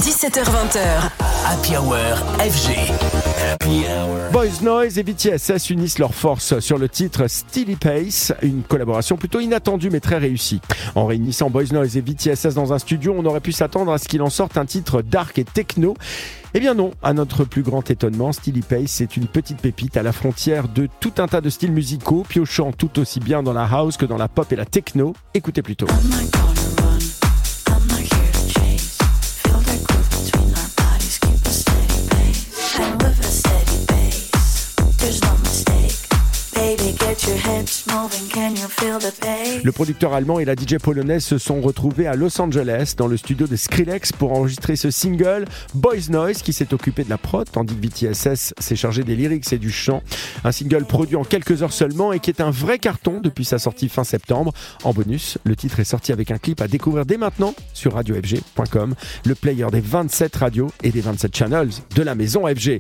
17h20h. Happy Hour FG. Happy Hour. Boys Noise et BTSS unissent leurs forces sur le titre Steely Pace, une collaboration plutôt inattendue mais très réussie. En réunissant Boys Noise et BTSS dans un studio, on aurait pu s'attendre à ce qu'il en sorte un titre dark et techno. Eh bien non, à notre plus grand étonnement, Steely Pace c'est une petite pépite à la frontière de tout un tas de styles musicaux, piochant tout aussi bien dans la house que dans la pop et la techno. Écoutez plutôt. Le producteur allemand et la DJ polonaise se sont retrouvés à Los Angeles dans le studio de Skrillex pour enregistrer ce single Boys Noise qui s'est occupé de la prod tandis que BTSS s'est chargé des lyrics et du chant. Un single produit en quelques heures seulement et qui est un vrai carton depuis sa sortie fin septembre. En bonus, le titre est sorti avec un clip à découvrir dès maintenant sur radiofg.com, le player des 27 radios et des 27 channels de la maison FG.